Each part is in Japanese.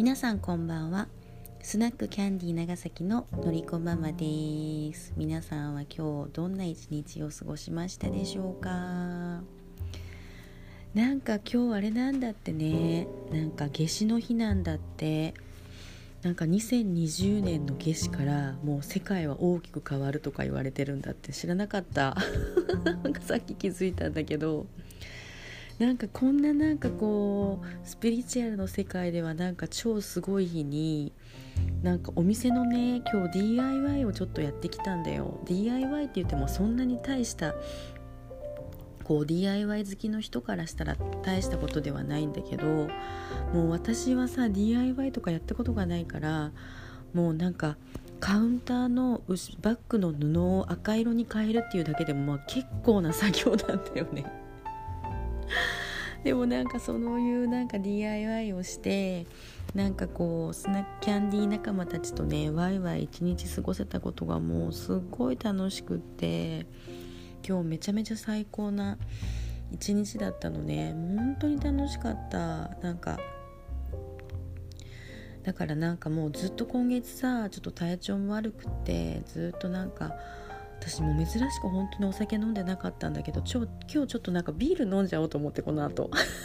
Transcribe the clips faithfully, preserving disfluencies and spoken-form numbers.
皆さんこんばんは。スナックキャンディー長崎ののりこママです。皆さんは今日どんな一日を過ごしましたでしょうか。なんか今日あれなんだってね、なんか夏至の日なんだって。なんかにせんにじゅうねんの夏至からもう世界は大きく変わるとか言われてるんだって。知らなかったなんかさっき気づいたんだけど、なんかこんななんかこうスピリチュアルの世界ではなんか超すごい日に、なんかお店のね今日 ディーアイワイ をちょっとやってきたんだよ。 ディーアイワイ って言ってもそんなに大したこう ディーアイワイ 好きの人からしたら大したことではないんだけど、もう私はさ ディーアイワイ とかやったことがないから、もうなんかカウンターのバッグの布を赤色に変えるっていうだけでもまあ結構な作業なんだよねでもなんかそういうなんか ディーアイワイ をして、なんかこうスナックキャンディー仲間たちとねワイワイ一日過ごせたことがもうすっごい楽しくって、今日めちゃめちゃ最高な一日だったのね。本当に楽しかった。なんかだからなんかもうずっと今月さちょっと体調も悪くってずっとなんか私も珍しく本当にお酒飲んでなかったんだけど、ちょ今日ちょっとなんかビール飲んじゃおうと思って、この後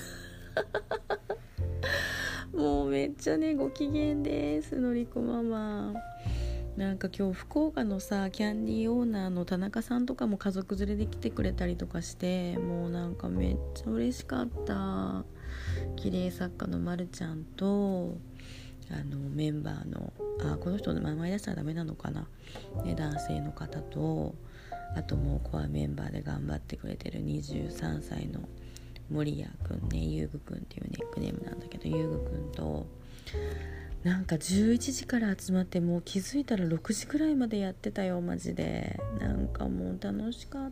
もうめっちゃねご機嫌です、のりこママ。なんか今日福岡のさキャンディーオーナーの田中さんとかも家族連れで来てくれたりとかして、もうなんかめっちゃ嬉しかった。綺麗作家のまるちゃんとあのメンバーのあこの人の名前出したらダメなのかな、ね、男性の方と、あともうコアメンバーで頑張ってくれてるにじゅうさんさいの森谷くんね、ゆうぐくんっていうネックネームなんだけど、ゆうぐくんとなんかじゅういちじから集まって、もう気づいたらろくじくらいまでやってたよ、マジで。なんかもう楽しかった。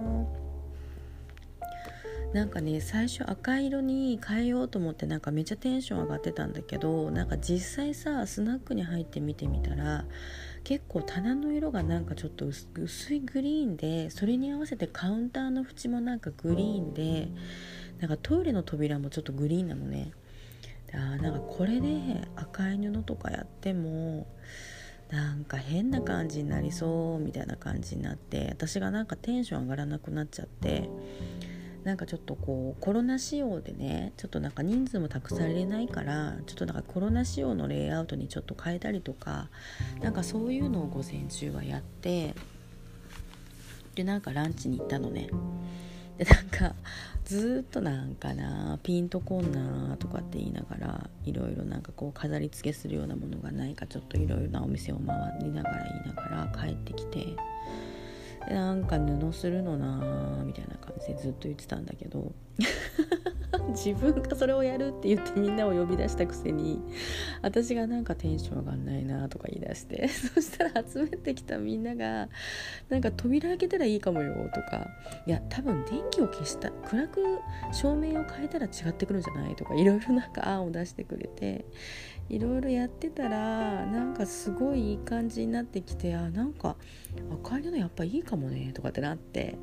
なんかね最初赤色に変えようと思ってなんかめっちゃテンション上がってたんだけど、なんか実際さスナックに入って見てみたら結構棚の色がなんかちょっと 薄, 薄いグリーンで、それに合わせてカウンターの縁もなんかグリーンで、なんかトイレの扉もちょっとグリーンなのね。あなんかこれで赤い布とかやってもなんか変な感じになりそうみたいな感じになって、私がなんかテンション上がらなくなっちゃって、なんかちょっとこうコロナ仕様でね、ちょっとなんか人数もたくさん入れないから、ちょっとなんかコロナ仕様のレイアウトにちょっと変えたりとか、なんかそういうのを午前中はやって、でなんかランチに行ったのね。でなんかずっとなんかなピンとこんなとかって言いながら、いろいろなんかこう飾り付けするようなものがないかちょっといろいろなお店を回りながら言いながら帰ってきて、でなんか布するのなみたいな感じでずっと言ってたんだけど自分がそれをやるって言ってみんなを呼び出したくせに、私がなんかテンション上がんないなとか言い出して、そしたら集めてきたみんながなんか扉開けたらいいかもよとか、いや多分電気を消した暗く照明を変えたら違ってくるんじゃないとか、いろいろなんか案を出してくれて、いろいろやってたらなんかすごいいい感じになってきて、あなんか赤いのやっぱいいかもねとかってなって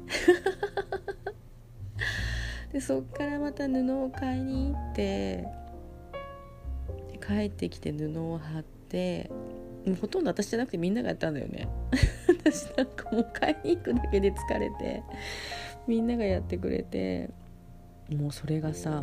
でそっからまた布を買いに行って、で帰ってきて布を貼って、もうほとんど私じゃなくてみんながやったんだよね私なんかもう買いに行くだけで疲れて、みんながやってくれて、もうそれがさ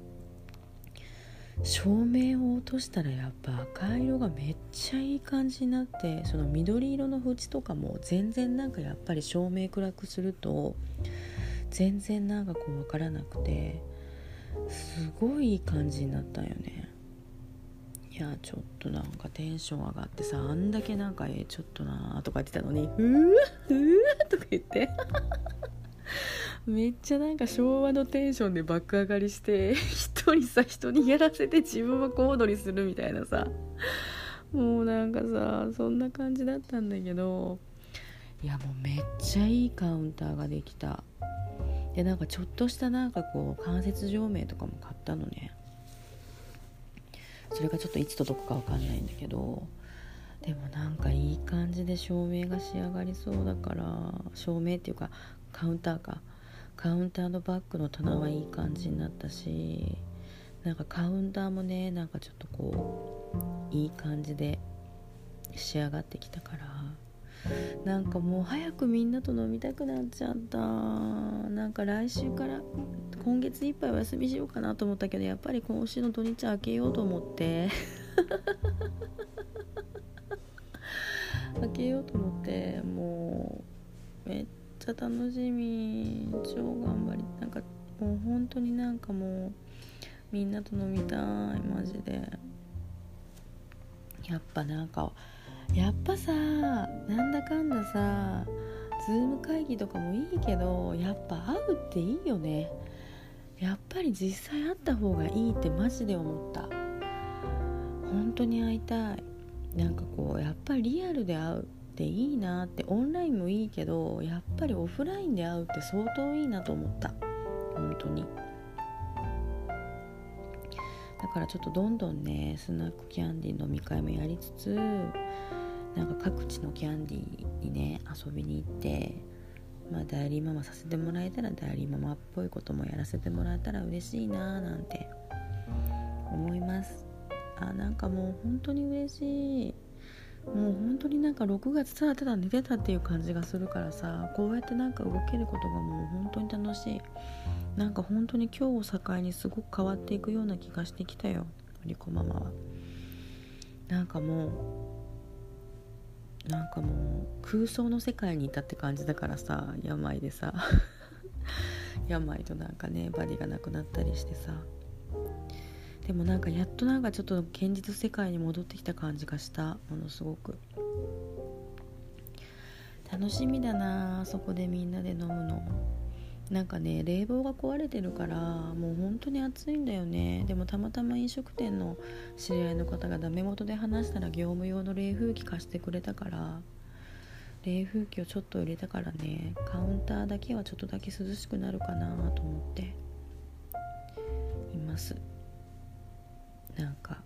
照明を落としたらやっぱ赤色がめっちゃいい感じになって、その緑色の縁とかも全然なんかやっぱり照明暗くすると全然なんかこう分からなくて、すごいいい感じになったんよね。いやちょっとなんかテンション上がってさ、あんだけなんかえちょっとなとか言ってたのに、うわうわとか言ってめっちゃなんか昭和のテンションで爆上がりして、一人さ人にやらせて自分は小躍りするみたいなさ、もうなんかさそんな感じだったんだけど、いやもうめっちゃいいカウンターができた。でなんかちょっとしたなんかこう間接照明とかも買ったのね。それがちょっといつ届くか分かんないんだけど、でもなんかいい感じで照明が仕上がりそうだから、照明っていうかカウンターかカウンターのバッグの棚はいい感じになったし、 なんかカウンターもねなんかちょっとこういい感じで仕上がってきたから、なんかもう早くみんなと飲みたくなっちゃった。なんか来週から今月いっぱいお休みしようかなと思ったけど、やっぱり今週の土日開けようと思って開けようと思って、もうめっちゃ楽しみ、超頑張り、なんかもう本当になんかもうみんなと飲みたい、マジで。やっぱなんかやっぱさ、なんだかんださ、ズーム会議とかもいいけど、やっぱ会うっていいよね。やっぱり実際会った方がいいってマジで思った。本当に会いたい。なんかこうやっぱりリアルで会うっていいなって。オンラインもいいけど、やっぱりオフラインで会うって相当いいなと思った、本当に。だからちょっとどんどんね、スナックキャンディー飲み会もやりつつ、なんか各地のキャンディーにね遊びに行って、まあ代理ママさせてもらえたら代理ママっぽいこともやらせてもらえたら嬉しいななんて思います。あ、なんかもう本当に嬉しい。もう本当になんかろくがつただただ寝てたっていう感じがするからさ、こうやってなんか動けることがもう本当に楽しい。なんか本当に今日を境にすごく変わっていくような気がしてきたよ、リコママは。なんかもうなんかもう空想の世界にいたって感じだからさ、病でさ病となんかねバディがなくなったりしてさ、でもなんかやっとなんかちょっと現実世界に戻ってきた感じがした。ものすごく楽しみだな、そこでみんなで飲むの。なんかね冷房が壊れてるからもう本当に暑いんだよね。でもたまたま飲食店の知り合いの方がダメ元で話したら業務用の冷風機貸してくれたから、冷風機をちょっと入れたからね、カウンターだけはちょっとだけ涼しくなるかなと思っています。なんか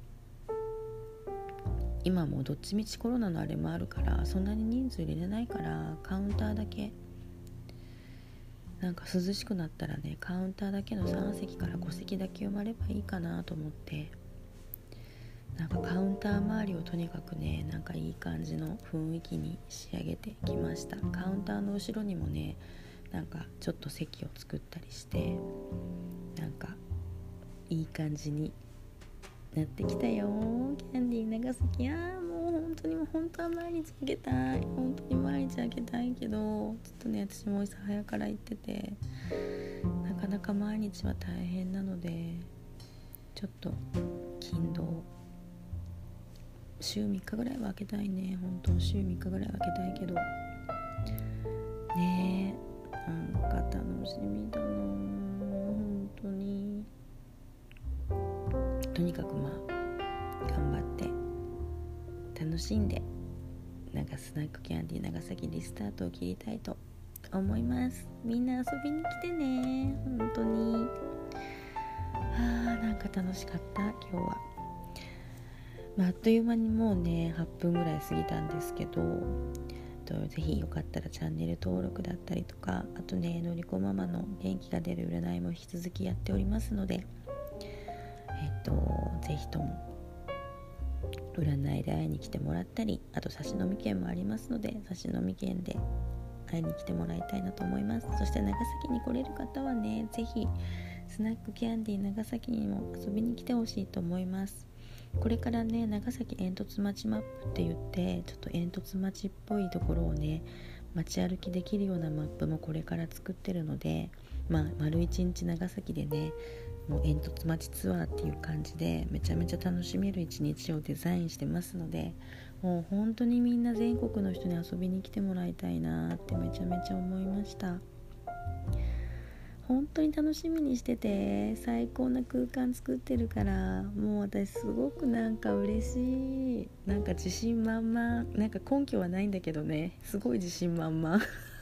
今もうどっちみちコロナのあれもあるからそんなに人数入れれないから、カウンターだけなんか涼しくなったらね、カウンターだけのさん席からご席だけ埋まればいいかなと思って、なんかカウンター周りをとにかくねなんかいい感じの雰囲気に仕上げてきました。カウンターの後ろにもねなんかちょっと席を作ったりして、なんかいい感じになってきたよ。キャンディー長崎、あーもう本当にもう本当は毎日あげたい、本当に毎日あげたいけど、ちょっとね私も朝早から行っててなかなか毎日は大変なので、ちょっと勤労週みっかぐらいは開けたいね。本当週みっかぐらいは開けたいけどねえ、なんか楽しみだな本当に。とにかくまあ頑張って楽しんで、なんかスナックキャンディー長崎リスタートを切りたいと思います。みんな遊びに来てね、本当に。あーなんか楽しかった今日は。まあ、あっという間にもうねはっぷんぐらい過ぎたんですけど、ぜひよかったらチャンネル登録だったりとか、あとねのりこママの元気が出る占いも引き続きやっておりますので、えっとぜひとも占いで会いに来てもらったり、あと差し飲み券もありますので差し飲み券で会いに来てもらいたいなと思います。そして長崎に来れる方はね、ぜひスナックキャンディー長崎にも遊びに来てほしいと思います。これからね長崎煙突町マップって言ってちょっと煙突町っぽいところをね街歩きできるようなマップもこれから作ってるので、まあ丸一日長崎でねもう煙突町ツアーっていう感じでめちゃめちゃ楽しめる一日をデザインしてますので、もう本当にみんな全国の人に遊びに来てもらいたいなってめちゃめちゃ思いました。本当に楽しみにしてて、最高な空間作ってるから、もう私すごくなんか嬉しい、なんか自信満々、なんか根拠はないんだけどね、すごい自信満々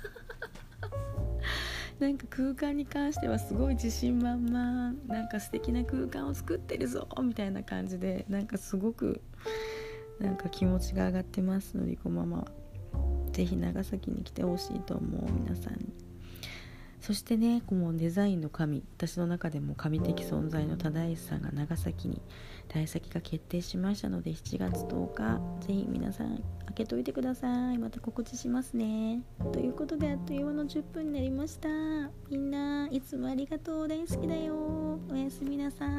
なんか空間に関してはすごい自信満々、なんか素敵な空間を作ってるぞみたいな感じで、なんかすごくなんか気持ちが上がってますので、こママはぜひ長崎に来てほしいと思う皆さんに。 そしてね、このデザインの神、私の中でも神的存在の忠石さんが長崎に退籍が決定しましたので、しちがつとおかぜひ皆さん開けといてください。また告知しますね。ということで、あっという間のじゅっぷんになりました。みんないつもありがとう。大好きだよ。おやすみなさ